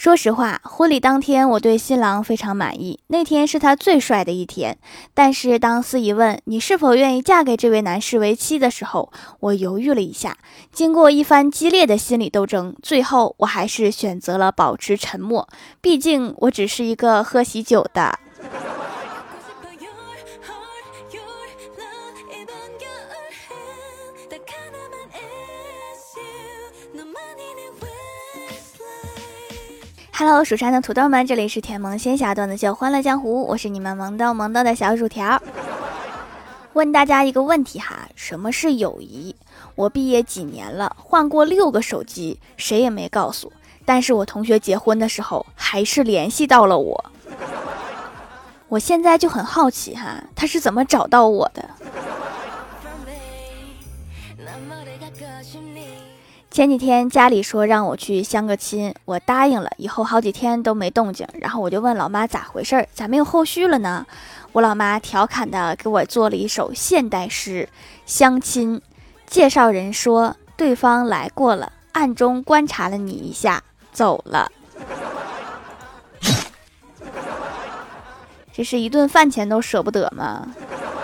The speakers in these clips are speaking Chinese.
说实话，婚礼当天我对新郎非常满意，那天是他最帅的一天。但是当司仪问你是否愿意嫁给这位男士为妻的时候，我犹豫了一下。经过一番激烈的心理斗争，最后我还是选择了保持沉默，毕竟我只是一个喝喜酒的。Hello， 蜀山的土豆们，这里是甜萌仙侠段子秀欢乐江湖，我是你们萌豆萌豆的小薯条。问大家一个问题哈，什么是友谊？我毕业几年了，换过6个手机，谁也没告诉。但是我同学结婚的时候，还是联系到了我。我现在就很好奇哈，他是怎么找到我的？前几天家里说让我去相个亲，我答应了，以后好几天都没动静，然后我就问老妈咋回事，咋没有后续了呢？我老妈调侃的给我做了一首现代诗，相亲介绍人说对方来过了，暗中观察了你一下，走了。这是一顿饭钱都舍不得吗？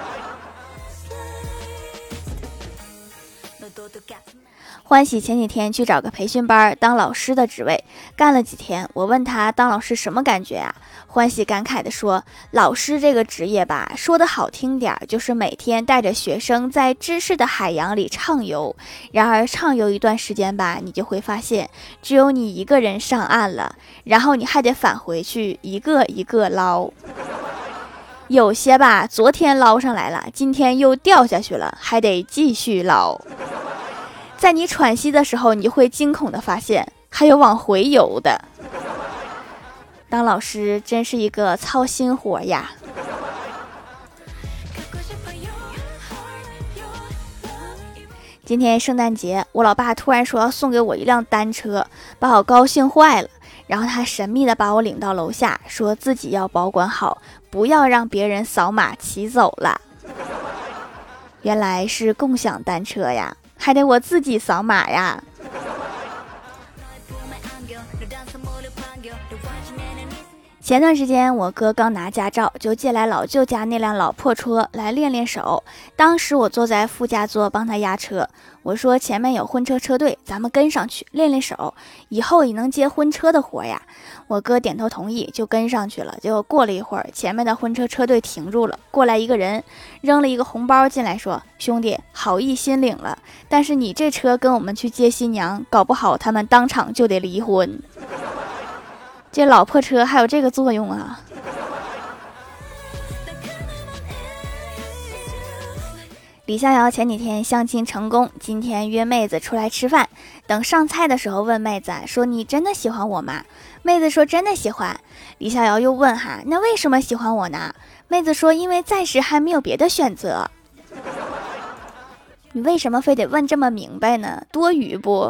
欢喜前几天去找个培训班当老师的职位，干了几天，我问他当老师什么感觉啊？欢喜感慨地说，老师这个职业吧，说的好听点就是每天带着学生在知识的海洋里畅游，然而畅游一段时间吧，你就会发现只有你一个人上岸了，然后你还得返回去一个一个捞。有些吧，昨天捞上来了，今天又掉下去了，还得继续捞。在你喘息的时候，你就会惊恐的发现还有往回游的。当老师真是一个操心活呀。今天圣诞节，我老爸突然说要送给我一辆单车，把我高兴坏了。然后他神秘的把我领到楼下，说自己要保管好，不要让别人扫码骑走了。原来是共享单车呀，还得我自己扫码呀。前段时间我哥刚拿驾照，就借来老舅家那辆老破车来练练手。当时我坐在副驾座帮他压车，我说前面有婚车车队，咱们跟上去练练手，以后也能接婚车的活呀。我哥点头同意，就跟上去了。结果过了一会儿，前面的婚车车队停住了，过来一个人扔了一个红包进来，说兄弟好意心领了，但是你这车跟我们去接新娘，搞不好他们当场就得离婚。这老破车还有这个作用啊。李逍遥前几天相亲成功，今天约妹子出来吃饭，等上菜的时候问妹子说你真的喜欢我吗？妹子说真的喜欢。李逍遥又问哈，那为什么喜欢我呢？妹子说因为暂时还没有别的选择。你为什么非得问这么明白呢？多余不？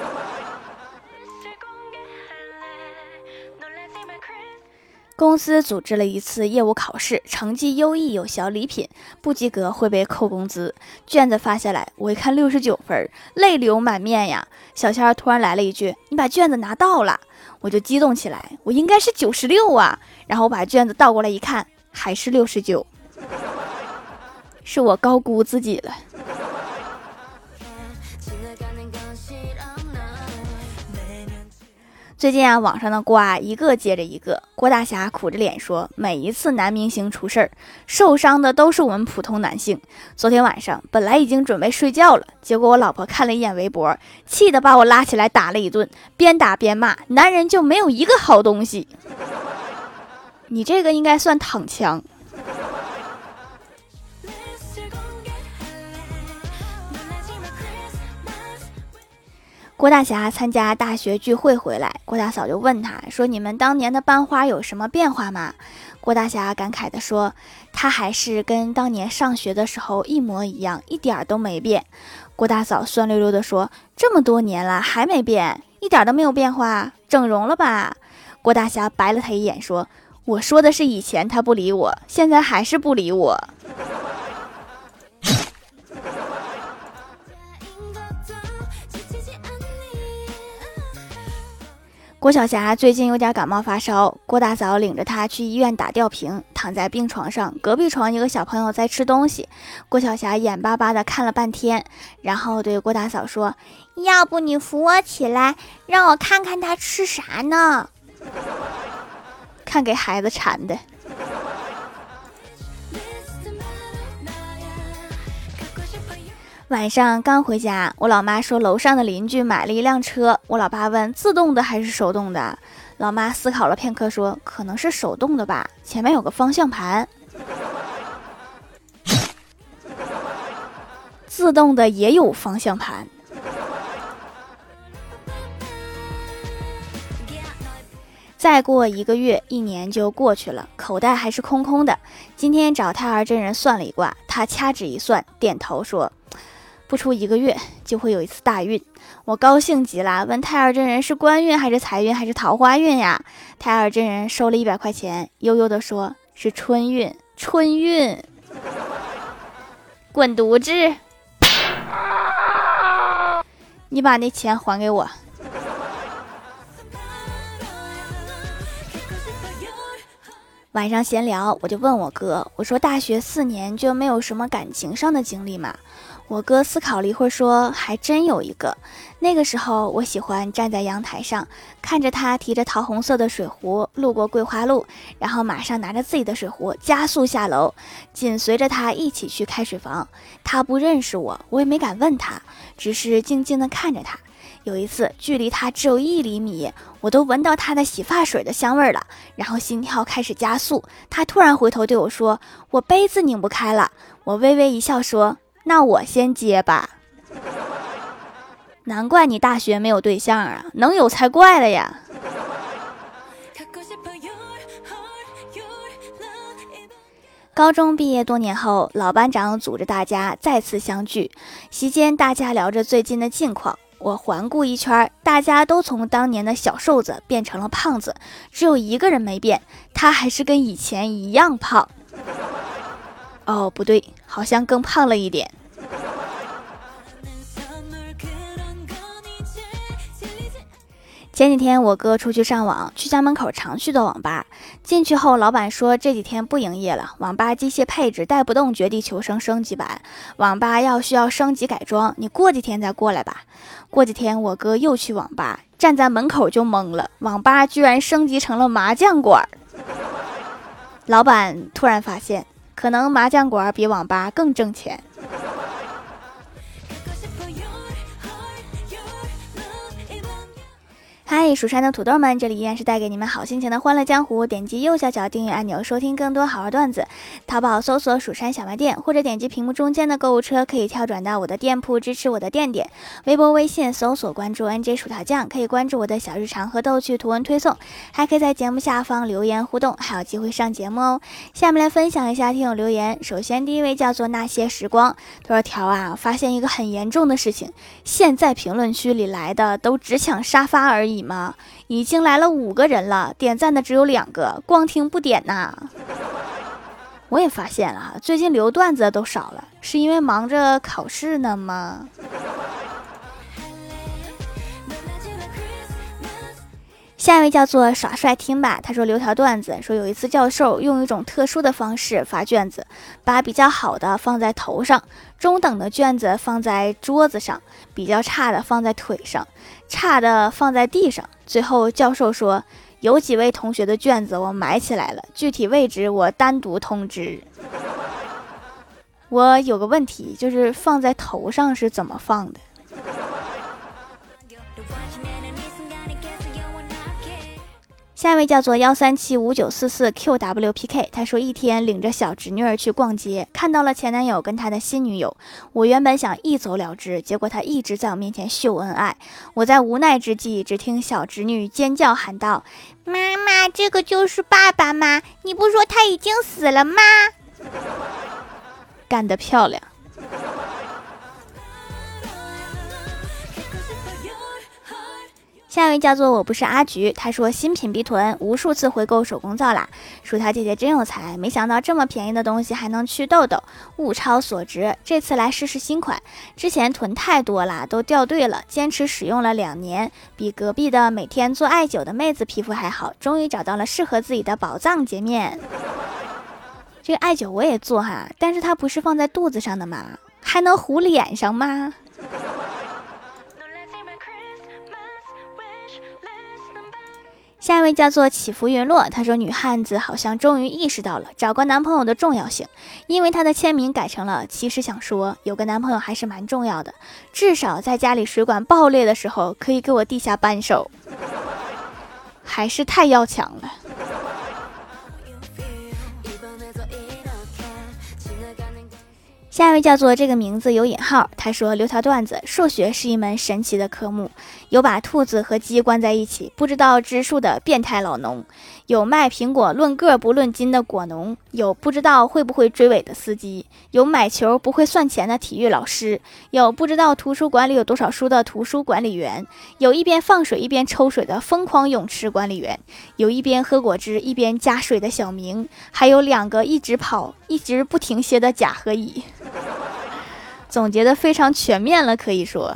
公司组织了一次业务考试，成绩优异有小礼品，不及格会被扣工资。卷子发下来，我一看69分，泪流满面呀。小仙儿突然来了一句，你把卷子拿到了。我就激动起来，我应该是96啊。然后我把卷子倒过来一看，还是69，是我高估自己了。最近啊，网上的瓜一个接着一个。郭大侠苦着脸说，每一次男明星出事儿，受伤的都是我们普通男性。昨天晚上本来已经准备睡觉了，结果我老婆看了一眼微博，气得把我拉起来打了一顿，边打边骂，男人就没有一个好东西。你这个应该算躺枪。郭大侠参加大学聚会回来，郭大嫂就问他说，你们当年的班花有什么变化吗？郭大侠感慨地说，他还是跟当年上学的时候一模一样，一点都没变。郭大嫂酸溜溜地说，这么多年了还没变，一点都没有变化，整容了吧？郭大侠白了他一眼说，我说的是以前他不理我，现在还是不理我。 郭晓霞最近有点感冒发烧，郭大嫂领着她去医院打吊瓶，躺在病床上，隔壁床一个小朋友在吃东西，郭晓霞眼巴巴的看了半天，然后对郭大嫂说：要不你扶我起来，让我看看他吃啥呢？看给孩子馋的。晚上刚回家，我老妈说楼上的邻居买了一辆车，我老爸问自动的还是手动的，老妈思考了片刻说可能是手动的吧，前面有个方向盘。自动的也有方向盘。再过1个月，1年就过去了，口袋还是空空的。今天找太儿真人算了一卦，他掐指一算，点头说不出1个月就会有一次大运。我高兴极了，问太儿真人是官运还是财运还是桃花运呀？太儿真人收了100块钱，悠悠地说是春运。春运，滚犊子！你把那钱还给我。晚上闲聊，我就问我哥，我说大学4年就没有什么感情上的经历吗？我哥思考了一会儿说还真有一个。那个时候我喜欢站在阳台上，看着他提着桃红色的水壶路过桂花路，然后马上拿着自己的水壶加速下楼，紧随着他一起去开水房。他不认识我，我也没敢问他，只是静静地看着他。有一次距离他只有1厘米，我都闻到他的洗发水的香味了，然后心跳开始加速。他突然回头对我说，我杯子拧不开了。我微微一笑说，那我先接吧。难怪你大学没有对象啊，能有才怪了呀。高中毕业多年后，老班长组织大家再次相聚，席间大家聊着最近的近况。我环顾一圈，大家都从当年的小瘦子变成了胖子，只有一个人没变，他还是跟以前一样胖。哦，不对，好像更胖了一点。前几天我哥出去上网，去家门口常去的网吧，进去后老板说这几天不营业了，网吧机械配置带不动绝地求生升级版，网吧需要升级改装，你过几天再过来吧。过几天我哥又去网吧，站在门口就懵了，网吧居然升级成了麻将馆。老板突然发现，可能麻将馆比网吧更挣钱。嗨，蜀山的土豆们，这里依然是带给你们好心情的欢乐江湖。点击右下角订阅按钮，收听更多好玩段子。淘宝搜索蜀山小卖店，或者点击屏幕中间的购物车，可以跳转到我的店铺，支持我的店点。微博、微信搜索关注 NJ 薯条酱，可以关注我的小日常和逗趣图文推送，还可以在节目下方留言互动，还有机会上节目哦。下面来分享一下听友留言。首先第一位叫做那些时光，他说条啊，发现一个很严重的事情，现在评论区里来的都只抢沙发而已吗？已经来了5个人了，点赞的只有2个，光听不点呐。我也发现了，最近留段子的都少了，是因为忙着考试呢吗？下一位叫做耍帅听吧，他说留条段子，说有一次教授用一种特殊的方式发卷子，把比较好的放在头上，中等的卷子放在桌子上，比较差的放在腿上，差的放在地上。最后教授说，有几位同学的卷子我埋起来了，具体位置我单独通知。我有个问题，就是放在头上是怎么放的？下一位叫做1375944QWPK， 他说一天领着小侄女儿去逛街，看到了前男友跟他的新女友，我原本想一走了之，结果他一直在我面前秀恩爱，我在无奈之际，只听小侄女尖叫喊道，妈妈，这个就是爸爸吗？你不说他已经死了吗？干得漂亮。 下一位叫做我不是阿菊，他说新品必囤，无数次回购手工皂啦，薯条姐姐真有才，没想到这么便宜的东西还能祛痘痘，物超所值，这次来试试新款，之前囤太多啦，都掉队了，坚持使用了2年，比隔壁的每天做艾灸的妹子皮肤还好，终于找到了适合自己的宝藏洁面。这个艾灸我也做哈，但是它不是放在肚子上的吗？还能糊脸上吗？下一位叫做起伏云落，他说女汉子好像终于意识到了找个男朋友的重要性，因为她的签名改成了其实想说有个男朋友还是蛮重要的，至少在家里水管爆裂的时候可以给我递下扳手。还是太要强了。下一位叫做这个名字有引号，他说留条段子，数学是一门神奇的科目，有把兔子和鸡关在一起不知道知数的变态老农，有卖苹果论个不论斤的果农，有不知道会不会追尾的司机，有买球不会算钱的体育老师，有不知道图书馆里有多少书的图书管理员，有一边放水一边抽水的疯狂泳池管理员，有一边喝果汁一边加水的小明，还有2个一直跑一直不停歇的甲和乙。总结的非常全面了，可以说。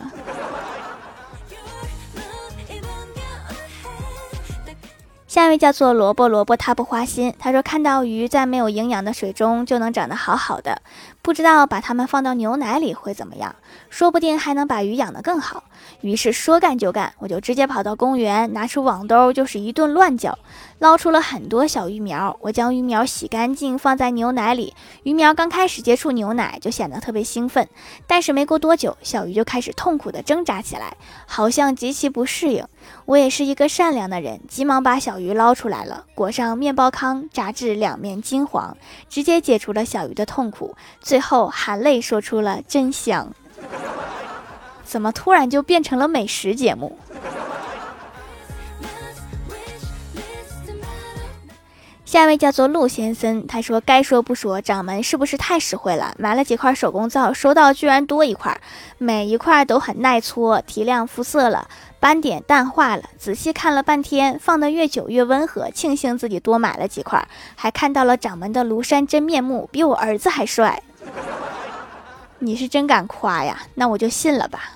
下一位叫做萝卜萝卜他不花心，他说看到鱼在没有营养的水中就能长得好好的，不知道把它们放到牛奶里会怎么样，说不定还能把鱼养得更好。于是说干就干，我就直接跑到公园，拿出网兜就是一顿乱搅，捞出了很多小鱼苗，我将鱼苗洗干净放在牛奶里，鱼苗刚开始接触牛奶就显得特别兴奋，但是没过多久小鱼就开始痛苦地挣扎起来，好像极其不适应。我也是一个善良的人，急忙把小鱼捞出来了，裹上面包糠，炸至2面金黄，直接解除了小鱼的痛苦，最后含泪说出了真香。怎么突然就变成了美食节目？下一位叫做陆先生，他说该说不说，掌门是不是太实惠了？买了几块手工皂，收到居然多1块，每一块都很耐搓，提亮肤色了，斑点淡化了。仔细看了半天，放得越久越温和，庆幸自己多买了几块，还看到了掌门的庐山真面目，比我儿子还帅。你是真敢夸呀，那我就信了吧。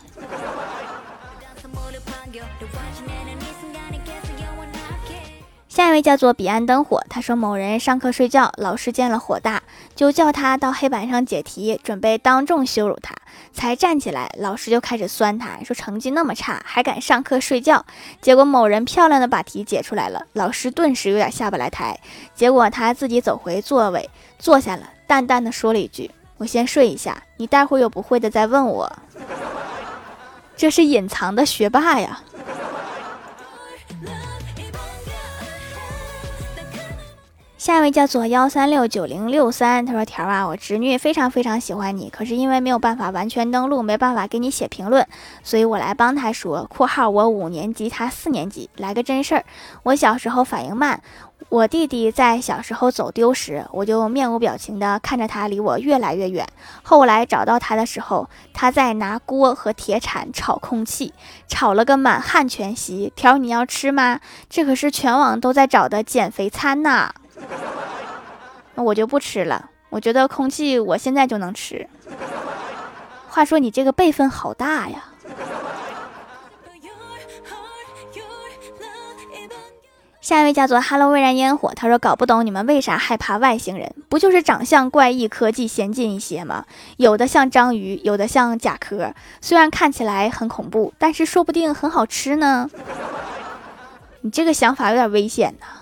下一位叫做彼岸灯火，他说某人上课睡觉，老师见了火大，就叫他到黑板上解题，准备当众羞辱他，才站起来，老师就开始酸他，说成绩那么差还敢上课睡觉。结果某人漂亮的把题解出来了，老师顿时有点下不来台，结果他自己走回座位坐下了，淡淡的说了一句，我先睡一下，你待会儿有不会的再问我。这是隐藏的学霸呀。下一位叫做1369063，他说条啊，我侄女非常非常喜欢你，可是因为没有办法完全登录，没办法给你写评论，所以我来帮他说（括号我5年级，他4年级）。来个真事儿，我小时候反应慢，我弟弟在小时候走丢时，我就面无表情的看着他离我越来越远。后来找到他的时候，他在拿锅和铁铲炒空气，炒了个满汉全席。条你要吃吗？这可是全网都在找的减肥餐呐。我就不吃了，我觉得空气我现在就能吃。话说你这个辈分好大呀。下一位叫做 Hello 蔚然烟火，他说搞不懂你们为啥害怕外星人，不就是长相怪异，科技先进一些吗？有的像章鱼，有的像甲壳，虽然看起来很恐怖，但是说不定很好吃呢。你这个想法有点危险呢。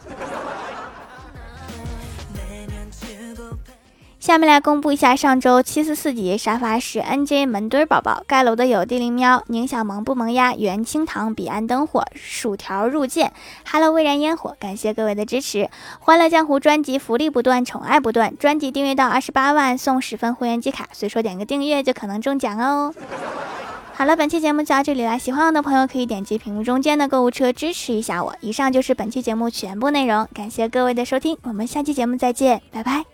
下面来公布一下上周744级沙发是 NJ 门墩宝宝，盖楼的有地灵喵、宁小萌不萌鸭、袁清堂、彼岸灯火、薯条入剑、Hello 蔚然烟火，感谢各位的支持。欢乐江湖专辑福利不断，宠爱不断，专辑订阅到28万送10分会员季卡，随说点个订阅就可能中奖哦。好了，本期节目就到这里了，喜欢我的朋友可以点击屏幕中间的购物车支持一下我。以上就是本期节目全部内容，感谢各位的收听，我们下期节目再见，拜拜。